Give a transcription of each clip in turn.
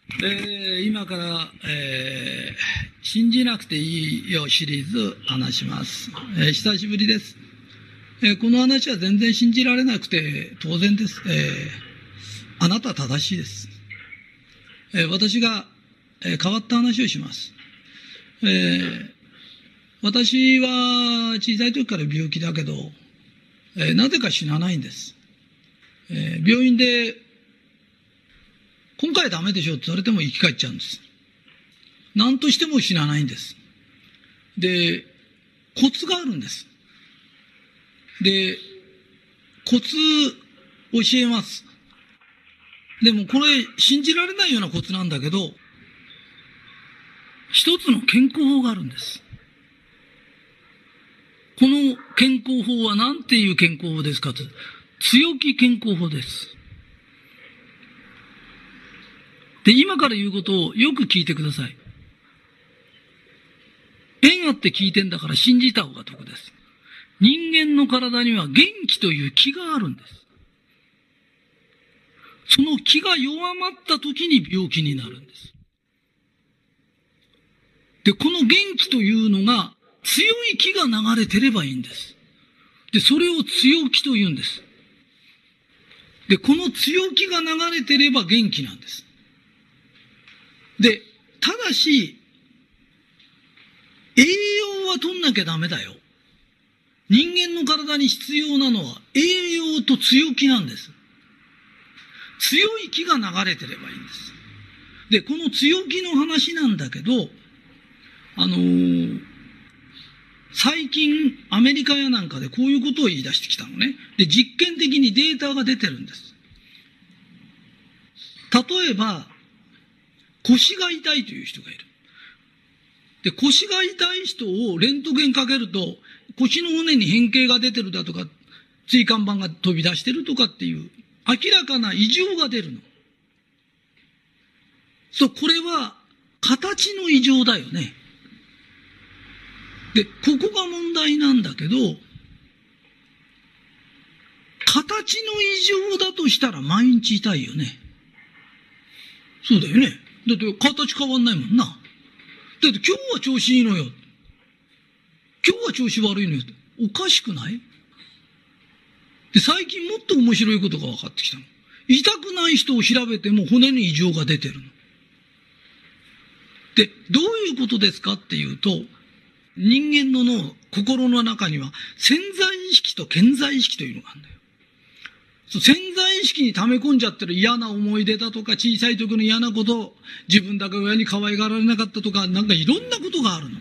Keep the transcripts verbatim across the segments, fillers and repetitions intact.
えー、今から、えー、信じなくていいよシリーズ話します。えー、久しぶりです、えー。この話は全然信じられなくて当然です。えー、あなた正しいです。えー、私が、えー、変わった話をします。えー、私は小さい時から病気だけど、えー、なぜか死なないんです。えー、病院で今回はダメでしょって言われても生き返っちゃうんです。何としても死なないんです。で、コツがあるんです。で、コツ教えます。でもこれ信じられないようなコツなんだけど、一つの健康法があるんです。この健康法は何ていう健康法ですかと、強気健康法です。で、今から言うことをよく聞いてください。縁あって聞いてんだから信じた方が得です。人間の体には元気という気があるんです。その気が弱まった時に病気になるんです。で、この元気というのが強い気が流れてればいいんです。で、それを強気と言うんです。で、この強気が流れてれば元気なんです。で、ただし、栄養は取んなきゃダメだよ。人間の体に必要なのは栄養と強気なんです。強い気が流れてればいいんです。で、この強気の話なんだけど、あのー、最近アメリカやなんかでこういうことを言い出してきたのね。で、実験的にデータが出てるんです。例えば、腰が痛いという人がいる。で、腰が痛い人をレントゲンかけると、腰の骨に変形が出てるだとか、椎間板が飛び出してるとかっていう、明らかな異常が出るの。そう、これは、形の異常だよね。で、ここが問題なんだけど、形の異常だとしたら毎日痛いよね。そうだよね。だって形変わんないもんな。だって今日は調子いいのよ。今日は調子悪いのよ。おかしくない？で、最近もっと面白いことが分かってきたの。痛くない人を調べても骨に異常が出てるの。で、どういうことですかっていうと、人間の脳、心の中には潜在意識と顕在意識というのがあるんだよ。そう、潜在意識に溜め込んじゃってる嫌な思い出だとか、小さい時の嫌なこと、自分だけ親に可愛がられなかったとか、なんかいろんなことがあるの。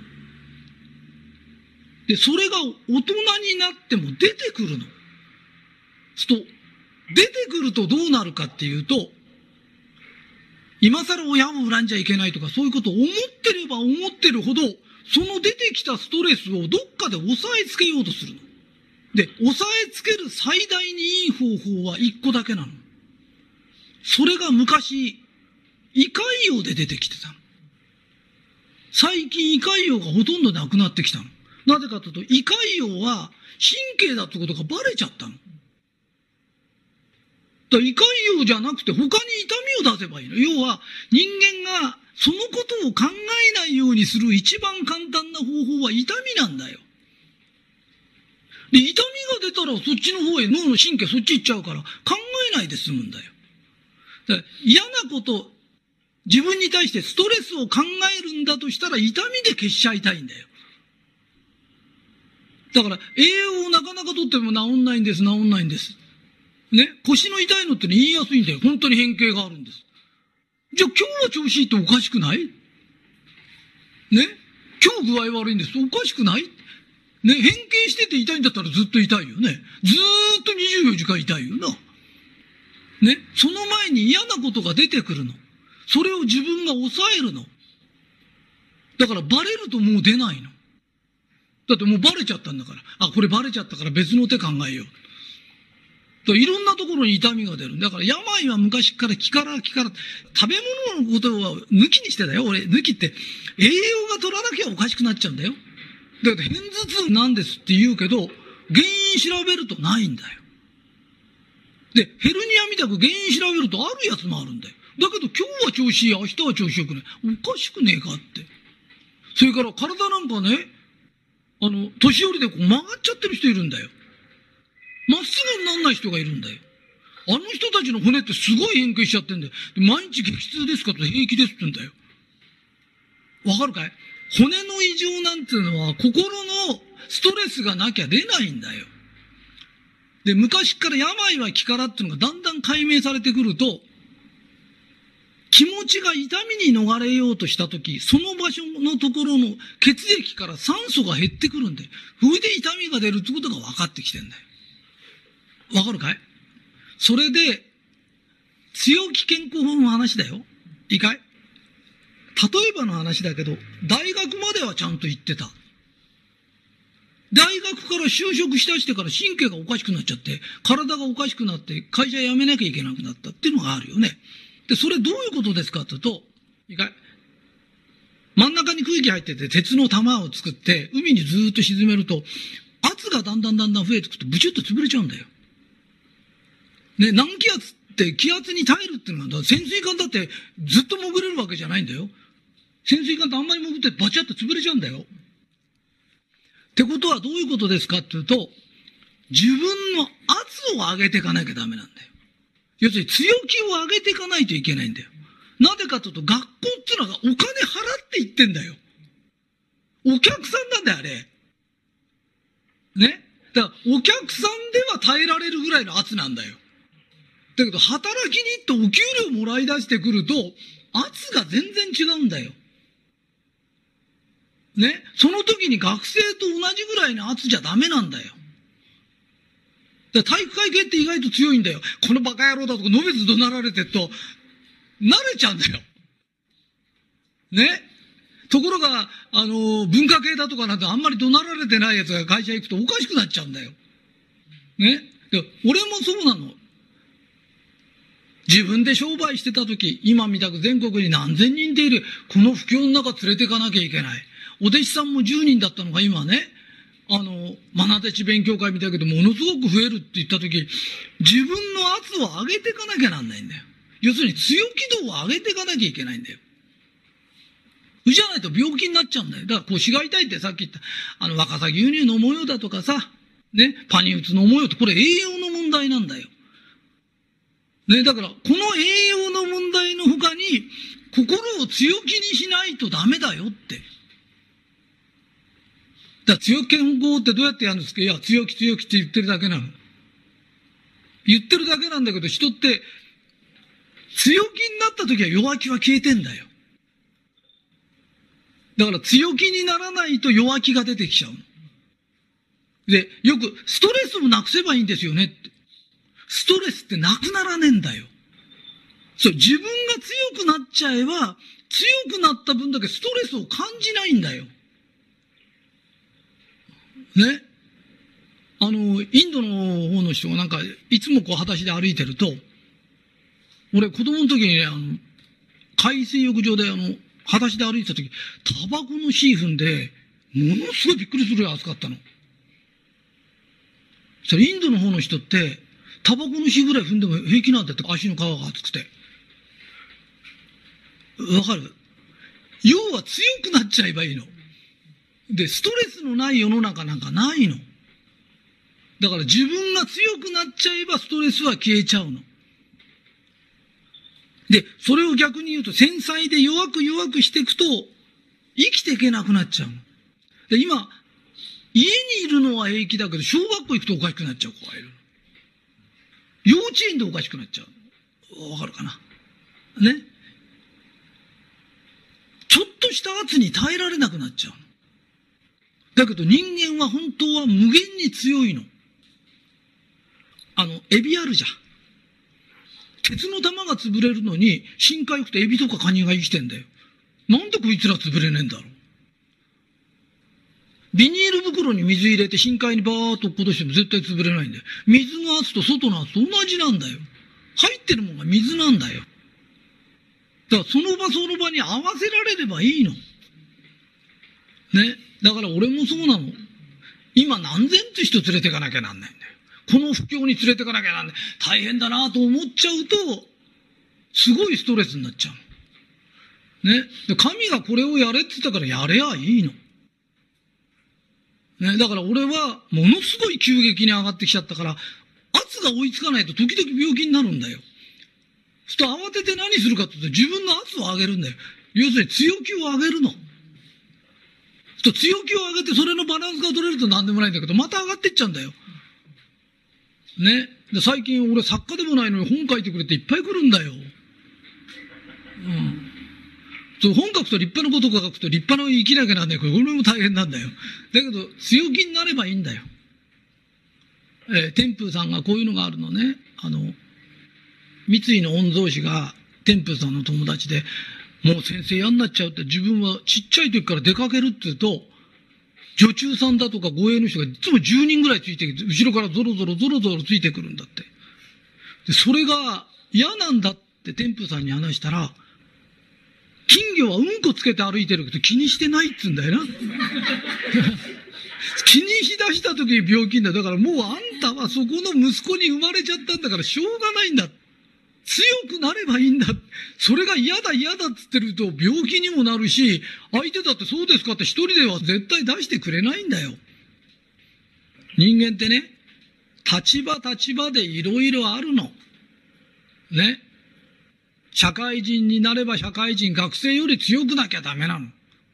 で、それが大人になっても出てくるの。すと、出てくるとどうなるかっていうと、今更親を恨んじゃいけないとか、そういうことを思ってれば思ってるほど、その出てきたストレスをどっかで抑えつけようとするの。で、抑えつける最大にいい方法は一個だけなの。それが昔、胃潰瘍で出てきてたの。最近胃潰瘍がほとんどなくなってきたの。なぜかというと、胃潰瘍は神経だってことがバレちゃったの。だから胃潰瘍じゃなくて他に痛みを出せばいいの。要は、人間がそのことを考えないようにする一番簡単な方法は痛みなんだよ。で、痛みが出たらそっちの方へ脳の神経そっち行っちゃうから考えないで済むんだよ。だから嫌なこと、自分に対してストレスを考えるんだとしたら痛みで消しちゃいたいんだよ。だから栄養をなかなかとっても治んないんです、治んないんです。ね、腰の痛いのって、ね、言いやすいんだよ。本当に変形があるんです。じゃあ今日は調子いいっておかしくない？ね、今日具合悪いんです。おかしくない？ね、変形してて痛いんだったらずっと痛いよね。ずーっとにじゅうよじかん痛いよな。ね、その前に嫌なことが出てくるの。それを自分が抑えるの。だからバレるともう出ないの。だってもうバレちゃったんだから。あ、これバレちゃったから別の手考えよう。いろんなところに痛みが出る。だから病は昔から気から気から、食べ物のことは抜きにしてだよ。俺、抜きって栄養が取らなきゃおかしくなっちゃうんだよ。だから片頭痛なんですって言うけど、原因調べるとないんだよ。で、ヘルニアみたく原因調べるとあるやつもあるんだよ。 だけど今日は調子いい、明日は調子よくない。おかしくねえかって。それから体なんかね、あの、年寄りでこう曲がっちゃってる人いるんだよ。まっすぐになんない人がいるんだよ。あの人たちの骨ってすごい変形しちゃってんだよ。で毎日激痛ですかと平気ですって言うんだよ。わかるかい？骨の異常なんていうのは心のストレスがなきゃ出ないんだよ。で、昔から病は気からっていうのがだんだん解明されてくると、気持ちが痛みに逃れようとしたとき、その場所のところの血液から酸素が減ってくるんで、それで痛みが出るってことが分かってきてんだよ。わかるかい？それで、強気健康法の話だよ。いいかい？例えばの話だけど、大学まではちゃんと行ってた。大学から就職しだしてから神経がおかしくなっちゃって、体がおかしくなって会社辞めなきゃいけなくなったっていうのがあるよね。で、それどういうことですかって言うと、いいかい？真ん中に空気入ってて鉄の玉を作って海にずーっと沈めると、圧がだんだんだんだん増えてくるとブチュッと潰れちゃうんだよ。ね、難気圧って気圧に耐えるっていうのは、潜水艦だってずっと潜れるわけじゃないんだよ。潜水艦ってあんまり潜ってバチャッと潰れちゃうんだよ。ってことはどういうことですかっていうと、自分の圧を上げていかなきゃダメなんだよ。要するに強気を上げていかないといけないんだよ。なぜかというと、学校っていうのがお金払っていってんだよ。お客さんなんだよ、あれ。ね。だから、お客さんでは耐えられるぐらいの圧なんだよ。だけど、働きに行ってお給料もらい出してくると、圧が全然違うんだよ。ね。その時に学生と同じぐらいの圧じゃダメなんだよ。だから体育会系って意外と強いんだよ。このバカ野郎だとか、のべつ怒鳴られてると、慣れちゃうんだよ。ね。ところが、あの、文化系だとかなんてあんまり怒鳴られてないやつが会社行くとおかしくなっちゃうんだよ。ね。で、俺もそうなの。自分で商売してた時、今みたく全国に何千人でいる、この不況の中連れていかなきゃいけない。お弟子さんもじゅうにんだったのが今ね、あの、マナテチ勉強会みたいだけど、ものすごく増えるって言った時、自分の圧を上げていかなきゃなんないんだよ。要するに強気度を上げていかなきゃいけないんだよ。じゃないと病気になっちゃうんだよ。だから腰が痛いってさっき言った、あの、若さ牛乳飲もうよだとかさ、ね、パニウツ飲もうよって、これ栄養の問題なんだよ。ね、だから、この栄養の問題の他に、心を強気にしないとダメだよって。だから強気健康ってどうやってやるんですか？いや、強気強気って言ってるだけなの。言ってるだけなんだけど、人って、強気になった時は弱気は消えてんだよ。だから強気にならないと弱気が出てきちゃうの。で、よくストレスをなくせばいいんですよねって。ストレスってなくならねえんだよ。そう、自分が強くなっちゃえば、強くなった分だけストレスを感じないんだよ。ね。あの、インドの方の人がなんか、いつもこう裸足で歩いてると、俺子供の時にね、あの、海水浴場であの、裸足で歩いてた時、タバコの火踏んで、ものすごいびっくりするぐらい熱かったの。それインドの方の人って、タバコの火ぐらい踏んでも平気なんだって、足の皮が熱くて。わかる？要は強くなっちゃえばいいの。で、ストレスのない世の中なんかないの。だから自分が強くなっちゃえばストレスは消えちゃうの。で、それを逆に言うと繊細で弱く弱くしていくと生きていけなくなっちゃうの。で、今、家にいるのは平気だけど、小学校行くとおかしくなっちゃう子がいる。幼稚園でおかしくなっちゃう。わかるかな？ね。ちょっとした圧に耐えられなくなっちゃうの。だけど人間は本当は無限に強いの。あの、エビあるじゃん。鉄の玉が潰れるのに、深海行くとエビとかカニが生きてんだよ。なんでこいつら潰れねえんだろう。ビニール袋に水入れて深海にバーッと落っことしても絶対潰れないんだよ。水の圧と外の圧と同じなんだよ。入ってるもんが水なんだよ。だからその場その場に合わせられればいいの。ね。だから俺もそうなの。今何千って人連れてかなきゃなんないんだよ。この不況に連れてかなきゃなんない。大変だなと思っちゃうと、 すごいストレスになっちゃう。ね。で、神がこれをやれって言ったからやれやいいの。ね。だから俺はものすごい急激に上がってきちゃったから、圧が追いつかないと時々病気になるんだよ。そうすると慌てて何するかって言うと自分の圧を上げるんだよ。要するに強気を上げるの。そうすると強気を上げてそれのバランスが取れると何でもないんだけど、また上がってっちゃうんだよ。ね。で最近俺作家でもないのに本書いてくれっていっぱい来るんだよ。うん。そう、本書くと立派なことが書くと立派な生きなきゃなんないから、これも大変なんだよ。だけど強気になればいいんだよ。えー、天風さんがこういうのがあるのね。あの、三井の御曹司が天風さんの友達で、もう先生嫌になっちゃうって自分はちっちゃい時から出かけるって言うと、女中さんだとか護衛の人がいつもじゅうにんぐらいついてきて、後ろからゾロゾロゾロゾロついてくるんだって。で、それが嫌なんだって天風さんに話したら、金魚はうんこつけて歩いてるけど気にしてないっつうんだよな。気にしだした時に病気んだ。だからもうあんたはそこの息子に生まれちゃったんだからしょうがないんだ。強くなればいいんだ。それが嫌だ嫌だっつってると病気にもなるし、相手だってそうですかって一人では絶対出してくれないんだよ。人間ってね、立場立場でいろいろあるの。ね。社会人になれば社会人、学生より強くなきゃダメなの。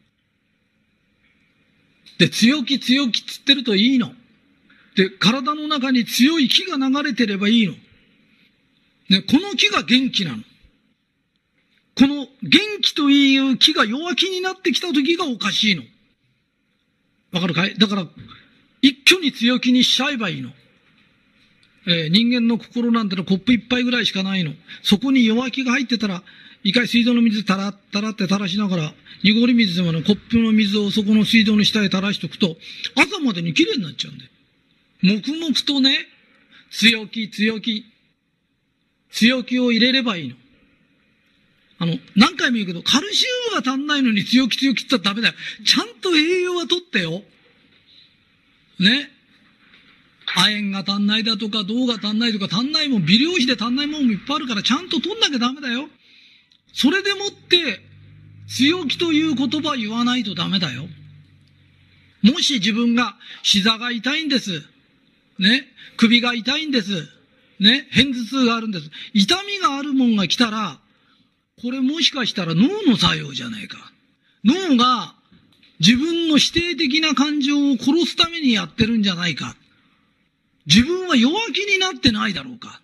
で、強気強気っつってるといいの。で、体の中に強い気が流れてればいいの。ね、この気が元気なの。この元気という気が弱気になってきた時がおかしいの。わかるかい？だから、一挙に強気にしちゃえばいいの。えー、人間の心なんてのはコップ一杯ぐらいしかないの。そこに弱気が入ってたら、一回水道の水たらたらって垂らしながら、濁り水でもね、コップの水をそこの水道の下へ垂らしとくと、朝までに綺麗になっちゃうんだよ。黙々とね、強気強気。強気を入れればいいの。あの、何回も言うけど、カルシウムが足んないのに強気強気って言ったらダメだよ。ちゃんと栄養は取ってよ。ね。亜鉛が足んないだとか、銅が足んないとか、足んないもん、微量子で足んないもんもいっぱいあるから、ちゃんと取んなきゃダメだよ。それでもって、強気という言葉言わないとダメだよ。もし自分が膝が痛いんです。ね。首が痛いんです。ね。片頭痛があるんです。痛みがあるもんが来たら、これもしかしたら脳の作用じゃないか。脳が自分の否定的な感情を殺すためにやってるんじゃないか。自分は弱気になってないだろうか。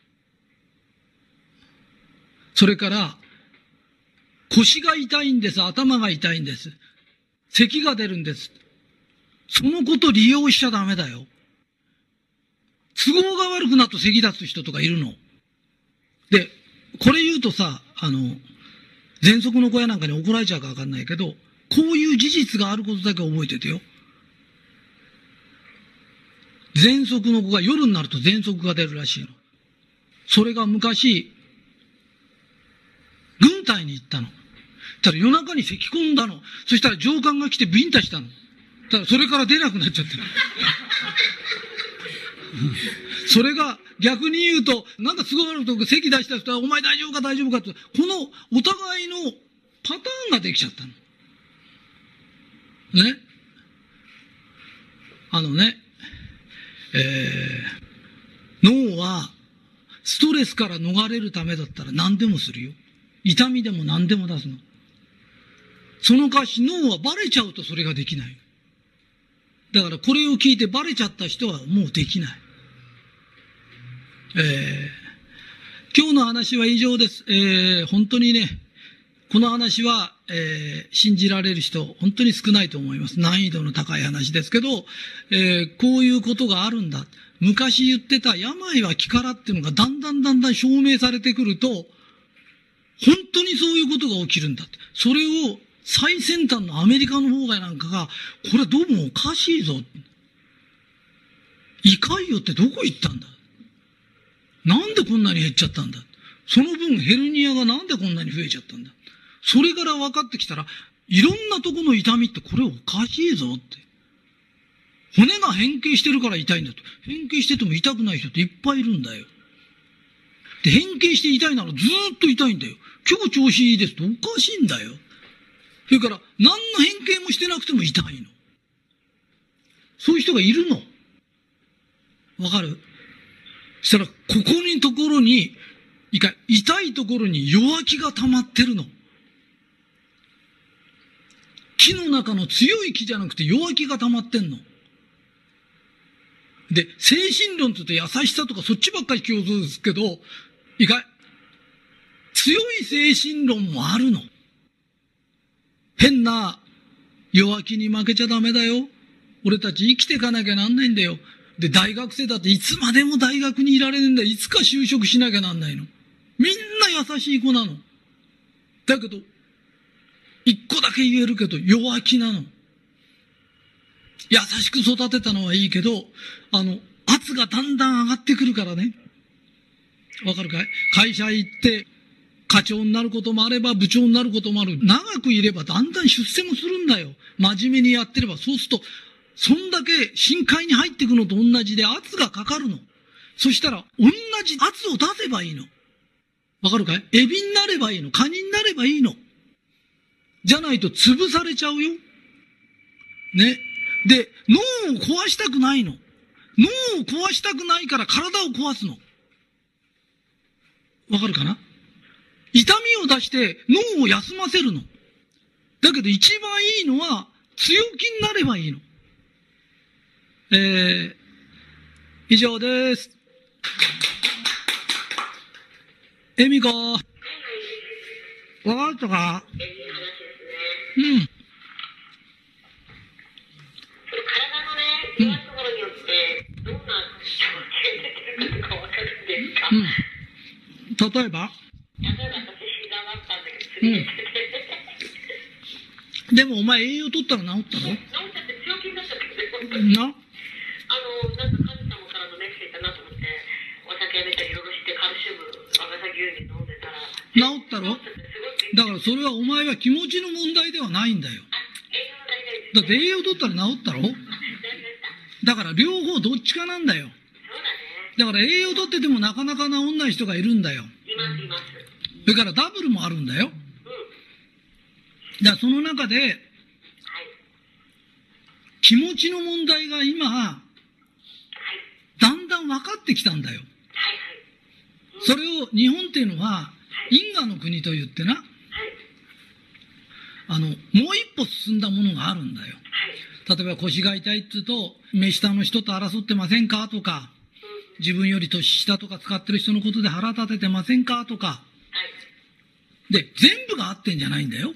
それから、腰が痛いんです。頭が痛いんです。咳が出るんです。そのこと利用しちゃダメだよ。都合が悪くなると咳出す人とかいるの。で、これ言うとさ、あの、喘息の小屋なんかに怒られちゃうかわかんないけど、こういう事実があることだけ覚えててよ。喘息の子が夜になると喘息が出るらしいの。それが昔、軍隊に行ったの。ただ夜中に咳込んだの。そしたら上官が来てビンタしたの。ただそれから出なくなっちゃってる。それが逆に言うと、なんかすごい悪く咳出した人は、お前大丈夫か大丈夫かって、このお互いのパターンができちゃったの。ね。あのね、えー、脳はストレスから逃れるためだったら何でもするよ。痛みでも何でも出すの。その代わし脳はバレちゃうとそれができない。だからこれを聞いてバレちゃった人はもうできない。えー、今日の話は以上です。えー、本当にね、この話は、えー、信じられる人、本当に少ないと思います。難易度の高い話ですけど、えー、こういうことがあるんだ。昔言ってた病は気からっていうのがだんだんだんだん証明されてくると、本当にそういうことが起きるんだって。それを最先端のアメリカの方がなんかが、これどうもおかしいぞ。胃潰瘍ってどこ行ったんだ。なんでこんなに減っちゃったんだ。その分ヘルニアがなんでこんなに増えちゃったんだ。それから分かってきたら、いろんなとこの痛みってこれおかしいぞって。骨が変形してるから痛いんだと。変形してても痛くない人っていっぱいいるんだよ。 で、変形して痛いならずーっと痛いんだよ。今日調子いいですとおかしいんだよ。それから、何の変形もしてなくても痛いの。そういう人がいるの。わかる？そしたら、ここにところに、痛いところに弱気が溜まってるの。木の中の強い木じゃなくて弱気が溜まってんの。で、精神論って言うと優しさとかそっちばっかり強調ですけど、いかい強い精神論もあるの。変な弱気に負けちゃダメだよ。俺たち生きていかなきゃなんないんだよ。で、大学生だっていつまでも大学にいられるんだよ。いつか就職しなきゃなんないの。みんな優しい子なの。だけど、一個だけ言えるけど弱気なの。優しく育てたのはいいけど、あの、圧がだんだん上がってくるからね。わかるかい？会社行って、課長になることもあれば部長になることもある。長くいればだんだん出世もするんだよ。真面目にやってれば。そうすると、そんだけ深海に入っていくのと同じで圧がかかるの。そしたら、同じ圧を出せばいいの。わかるかい？エビになればいいの。カニになればいいの。じゃないと潰されちゃうよ。ね。で、脳を壊したくないの。脳を壊したくないから体を壊すの。わかるかな？痛みを出して脳を休ませるの。だけど一番いいのは強気になればいいの。えー、以上です。えみこ、わかったか？うん。 その体のね、弱いところによって、どんな調整出てるかわかるんですか？ うん。例えば？ 例えば私、膝だったんだけど、すげえうん。でもお前栄養取ったら治ったの？ 治っちゃって強気になっちゃったんですよ。 な？ あの、なんか神様からのメッセージだなと思って、お酒やめたりいろいろしてカルシウム、ワガサ牛乳飲んでたら、 治ったろ？だからそれはお前は気持ちの問題ではないんだよ。だって栄養取ったら治ったろ？だから両方どっちかなんだよ。だから栄養取っててもなかなか治んない人がいるんだよ。 いますいます。 それからダブルもあるんだよ。だからその中で、気持ちの問題が今、だんだん分かってきたんだよ。それを日本っていうのは因果の国と言ってな、あの、もう一歩進んだものがあるんだよ。例えば腰が痛いって言うと、目下の人と争ってませんかとか、自分より年下とか使ってる人のことで腹立ててませんかとか。で、全部が合ってんじゃないんだよ。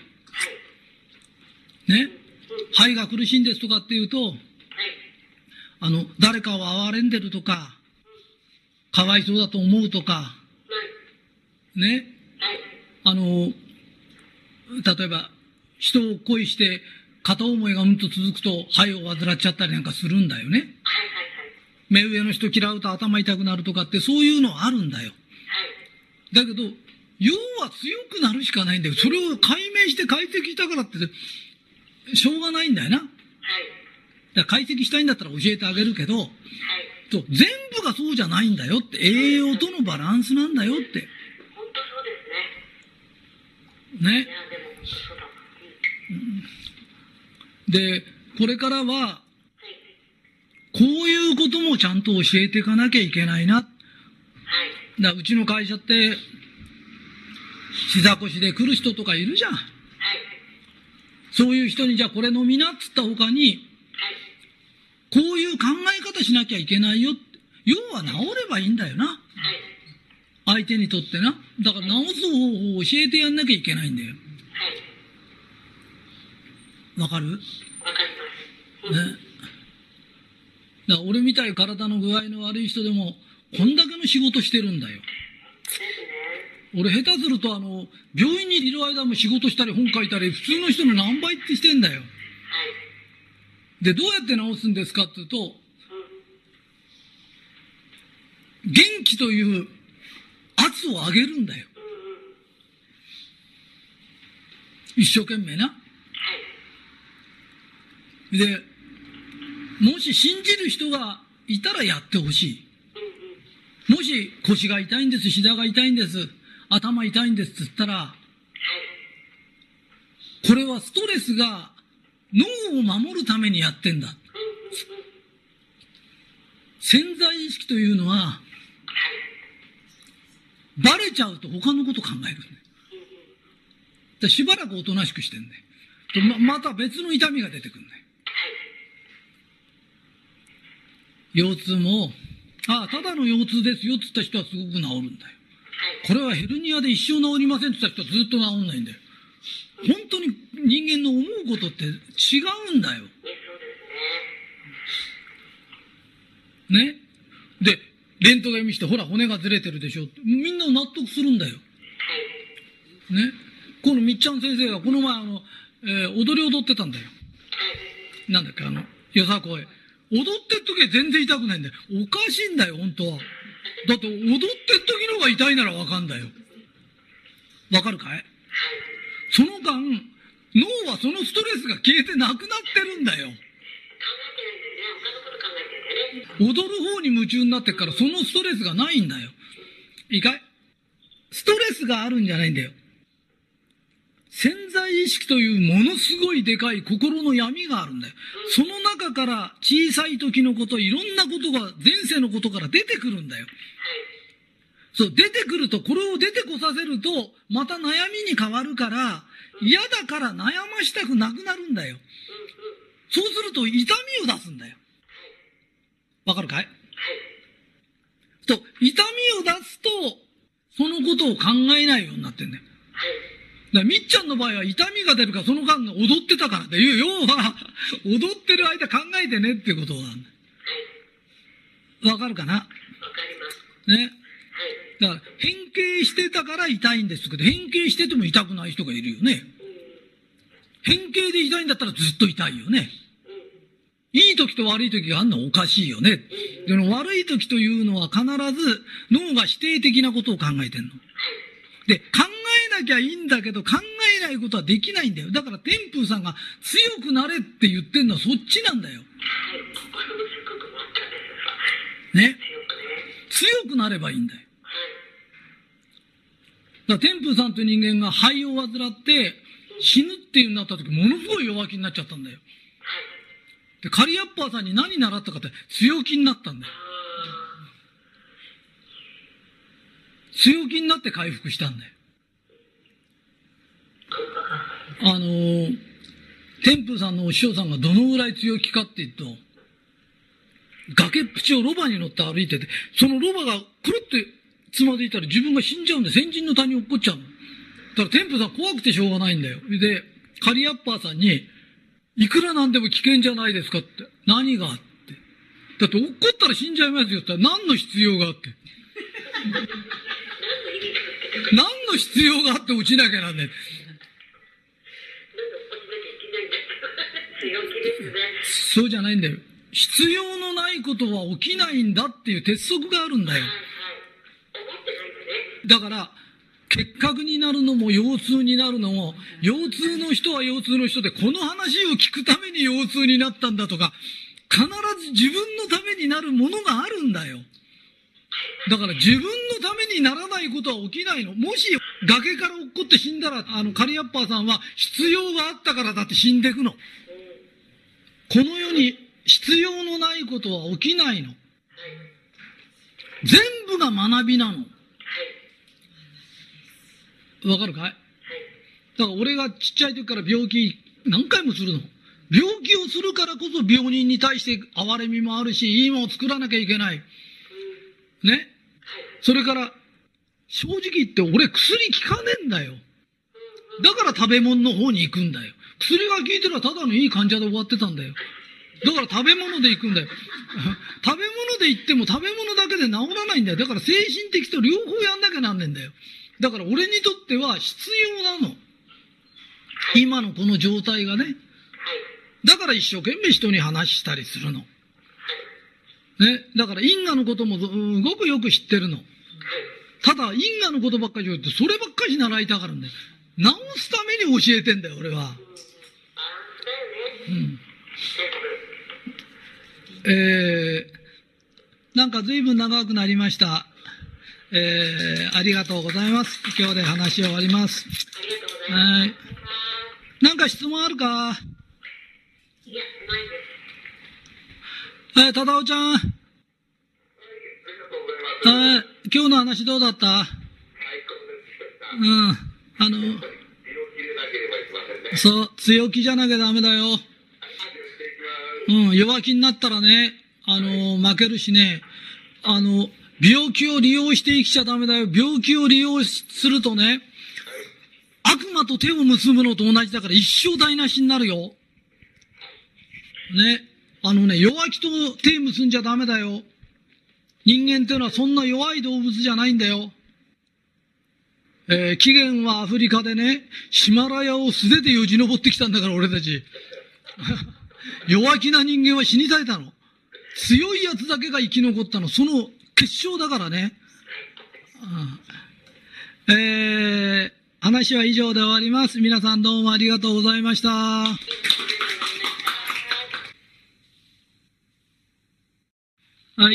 ね。肺が苦しいんですとかって言うと、あの、誰かを憐れんでるとか、かわいそうだと思うとか、ね。あの、例えば、人を恋して片思いがうんと続くと肺を患っちゃったりなんかするんだよね。目上の人嫌うと頭痛くなるとかってそういうのはあるんだよ。だけど、要は強くなるしかないんだよ。それを解明して解析したからってしょうがないんだよな。だから解析したいんだったら教えてあげるけど、と全部がそうじゃないんだよって。栄養とのバランスなんだよって。 本当そうですね。 ね。 いや、でも本当そうだ。 で、これからは、こういうこともちゃんと教えていかなきゃいけないな。だうちの会社って、膝腰で来る人とかいるじゃん。そういう人にじゃあこれ飲みなっつった他に、こういう考え方しなきゃいけないよ。要は治ればいいんだよな。相手にとってな。だから治す方法を教えてやんなきゃいけないんだよ。わかる？ わかります。 ね。だから俺みたい体の具合の悪い人でも、こんだけの仕事してるんだよ。 です俺ね。 下手するとあの、病院にいる間も仕事したり本書いたり、普通の人の何倍ってしてんだよ。で、どうやって治すんですかって言うと、元気という圧を上げるんだよ。一生懸命な。で、もし信じる人がいたらやってほしい。 もし腰が痛いんです、膝が痛いんです、頭痛いんですって言ったら、これはストレスが脳を守るためにやってんだ。潜在意識というのは、バレちゃうと他のこと考えるんだよ。でしばらくおとなしくしてんだよ。ま、また別の痛みが出てくるんだよ。腰痛も、ああ、ただの腰痛ですよって言った人はすごく治るんだよ。これはヘルニアで一生治りませんって言った人はずっと治んないんだよ。本当に人間の思うことって違うんだよ。ね。で、レントゲン見して、ほら骨がずれてるでしょ。みんな納得するんだよ。ね。このみっちゃん先生がこの前あの、えー、踊り踊ってたんだよ。なんだっけ、あの、よさこい。踊ってる時は全然痛くないんだよ。おかしいんだよ、本当は。だって踊ってる時の方が痛いならわかんだよ。わかるかい？その間、脳はそのストレスが消えてなくなってるんだよ。踊る方に夢中になってからそのストレスがないんだよ。いいかい？ストレスがあるんじゃないんだよ。潜在意識というものすごいでかい心の闇があるんだよ。その中から小さい時のこと、いろんなことが前世のことから出てくるんだよ。そう、出てくると、これを出てこさせると、また悩みに変わるから、嫌だから悩ましたくなくなるんだよ。そうすると痛みを出すんだよ。わかるかい？と、痛みを出すと、そのことを考えないようになってんだよ。だからみっちゃんの場合は痛みが出るからその間踊ってたからっていう、要は、踊ってる間考えてねってことなんだ。わかるかな？わかります。ね。だから、変形してたから痛いんですけど、変形してても痛くない人がいるよね。変形で痛いんだったらずっと痛いよね。いい時と悪い時があんのおかしいよね。でも悪い時というのは必ず脳が否定的なことを考えてんの。で、考えなきゃいいんだけど考えないことはできないんだよ。だから天風さんが強くなれって言ってんのはそっちなんだよ。ね。強くなればいいんだよ。だから天風さんという人間が肺を患って死ぬっていうになった時ものすごい弱気になっちゃったんだよ。で、カリアッパーさんに何習ったかって強気になったんだよ。強気になって回復したんだよ。あのー、天風さんのお師匠さんがどのぐらい強気かって言うと、崖っぷちをロバに乗って歩いてて、そのロバがくるってつまずいたら自分が死んじゃうんで、先人の谷に落っこっちゃうの。だから天風さん怖くてしょうがないんだよ。で、カリアッパーさんに、いくらなんでも危険じゃないですかって。何があって。だって落っこったら死んじゃいますよって言ったら何の必要があって。何の必要があって落ちなきゃなんねん。そうじゃないんだよ。必要のないことは起きないんだっていう鉄則があるんだよ。だから、結核になるのも腰痛になるのも、腰痛の人は腰痛の人で、この話を聞くために腰痛になったんだとか、必ず自分のためになるものがあるんだよ。だから自分のためにならないことは起きないの。もし崖から落っこって死んだら、あのカリアッパーさんは必要があったからだって死んでいくの。この世に必要のないことは起きないの。全部が学びなの。わかるかい？だから俺がちっちゃい時から病気何回もするの。病気をするからこそ病人に対して憐れみもあるし、いいものを作らなきゃいけない。ね。それから、正直言って俺薬効かねえんだよ。だから食べ物の方に行くんだよ。薬が効いてるらただのいい患者で終わってたんだよ。だから食べ物で行くんだよ。食べ物で行っても食べ物だけで治らないんだよ。だから精神的と両方やんなきゃなんねえんだよ。だから俺にとっては必要なの。今のこの状態がね。だから一生懸命人に話したりするの。ね。だから因果のこともすごくよく知ってるの。ただ因果のことばっかり言うとそればっかり習いたがるんだよ。直すために教えてんだよ、俺は。うん。えー、なんか随分長くなりました。 えー、ありがとうございます。今日で話終わります。 ありがとうございます。 はい。なんか質問あるか？ いや、ないです。 えー、ただおちゃん。はい、えー、今日の話どうだった？うん。あの、そう、強気じゃなきゃダメだよ。うん、弱気になったらね、あの、負けるしね、あの、病気を利用して生きちゃダメだよ。病気を利用するとね、悪魔と手を結ぶのと同じだから一生台無しになるよ。ね。あのね、弱気と手結んじゃダメだよ。人間っていうのはそんな弱い動物じゃないんだよ。えー、起源はアフリカでね、ヒマラヤを素手でよじ登ってきたんだから、俺たち。弱気な人間は死に絶えたの。強い奴だけが生き残ったの。その結晶だからね。うん、えー、話は以上で終わります。皆さんどうもありがとうございました。はい、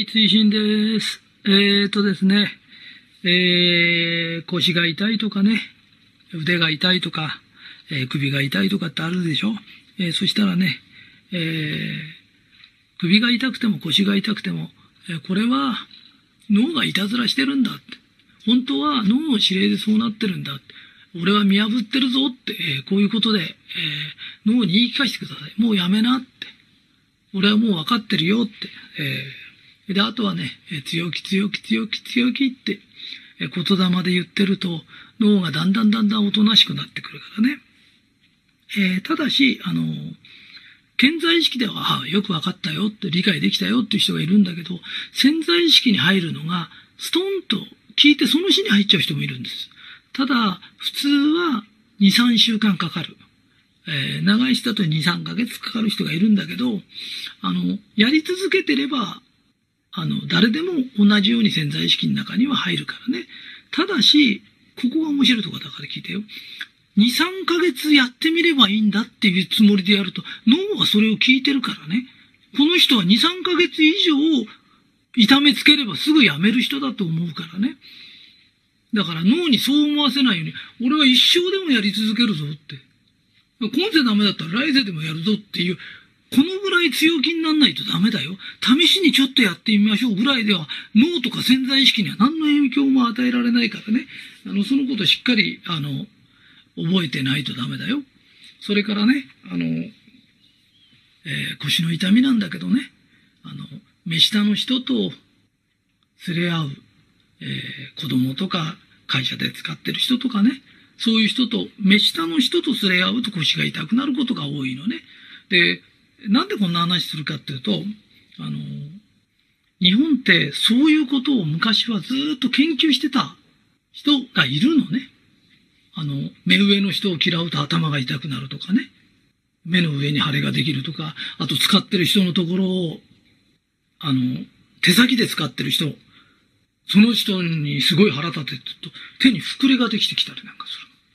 追伸です。えーとですね、えー、腰が痛いとかね、腕が痛いとか、えー、首が痛いとかってあるでしょ。えー、そしたらね、えー、首が痛くても腰が痛くても、えー、これは脳がいたずらしてるんだって。本当は脳の指令でそうなってるんだって。俺は見破ってるぞって、えー、こういうことで、えー、脳に言い聞かせてください。もうやめなって。俺はもう分かってるよって。えー、で、あとはね、えー、強気強気強気強気って、えー、言霊で言ってると、脳がだんだんだんだんおとなしくなってくるからね。えー、ただし、あのー、潜在意識では、ああ、よく分かったよって理解できたよっていう人がいるんだけど、潜在意識に入るのが、ストンと聞いてその日に入っちゃう人もいるんです。ただ、普通はに、さんしゅうかんかかる。えー、長い人だとに、さんかげつかかる人がいるんだけど、あの、やり続けてれば、あの、誰でも同じように潜在意識の中には入るからね。ただし、ここが面白いところだから聞いてよ。に、さんかげつやってみればいいんだっていうつもりでやると、脳はそれを聞いてるからね。この人はに、さんかげつ以上痛めつければすぐやめる人だと思うからね。だから脳にそう思わせないように、俺は一生でもやり続けるぞって。今世ダメだったら来世でもやるぞっていう、このぐらい強気にならないとダメだよ。試しにちょっとやってみましょうぐらいでは、脳とか潜在意識には何の影響も与えられないからね。あの、そのことをしっかり、あの、覚えてないとダメだよ。それからね、あの、えー、腰の痛みなんだけどね、あの、目下の人と連れ合う、えー、子供とか会社で使ってる人とかね、そういう人と、目下の人と連れ合うと腰が痛くなることが多いのね。で、なんでこんな話するかっていうと、あの、日本ってそういうことを昔はずっと研究してた人がいるのね。あの、目上の人を嫌うと頭が痛くなるとかね。目の上に腫れができるとか、あと使ってる人のところを、あの、手先で使ってる人、その人にすごい腹立ててると、手に膨れができてきたりなんか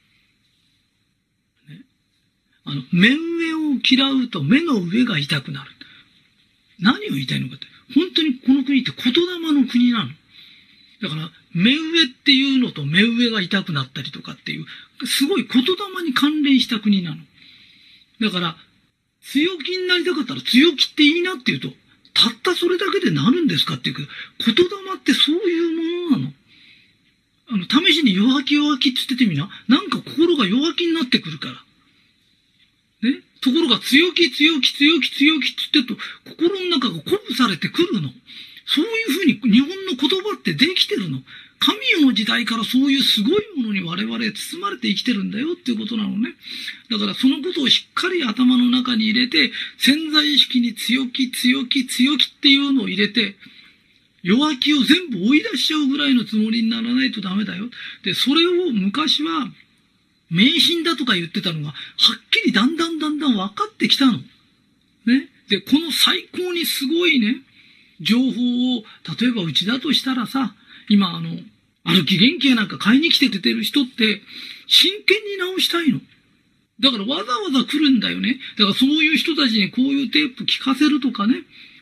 する。ね。あの、目上を嫌うと目の上が痛くなる。何を言いたいのかって、本当にこの国って言霊の国なの。だから、目上っていうのと目上が痛くなったりとかっていう、すごい言霊に関連した国なの。だから、強気になりたかったら強気っていいなって言うと、たったそれだけでなるんですかっていうけど、言霊ってそういうものなの。あの、試しに弱気弱気って言っててみな。なんか心が弱気になってくるから。ね。ところが強気強気強気強気って言ってると、心の中が鼓舞されてくるの。そういうふうに日本の言葉ってできてるの。神代の時代からそういうすごいものに我々包まれて生きてるんだよっていうことなのね。だからそのことをしっかり頭の中に入れて、潜在意識に強気強気強気っていうのを入れて、弱気を全部追い出しちゃうぐらいのつもりにならないとダメだよ。で、それを昔は迷信だとか言ってたのが、はっきりだんだんだんだん分かってきたの。ね。で、この最高にすごいね、情報を、例えばうちだとしたらさ、今あの、歩き元気やなんか買いに来てくれてる人って、真剣に直したいの。だからわざわざ来るんだよね。だからそういう人たちにこういうテープ聞かせるとかね、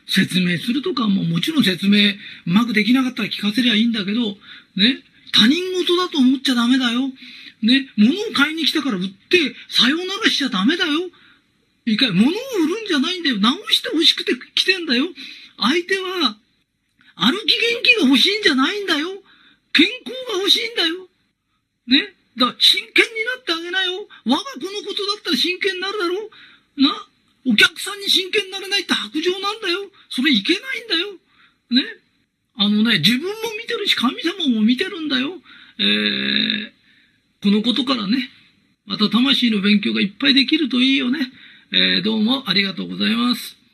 説明するとかも、もちろん説明うまくできなかったら聞かせりゃいいんだけど、ね、他人事だと思っちゃダメだよ。ね、物を買いに来たから売って、さようならしちゃダメだよ。いいかい、物を売るんじゃないんだよ。直して欲しくて来てんだよ。相手は、歩き元気が欲しいんじゃないんだよ。健康が欲しいんだよ。ね。だから真剣になってあげなよ。我が子のことだったら真剣になるだろう。な。お客さんに真剣になれないって白状なんだよ。それいけないんだよ。ね。あのね、自分も見てるし、神様も見てるんだよ。えー、このことからね、また魂の勉強がいっぱいできるといいよね。えー、どうもありがとうございます。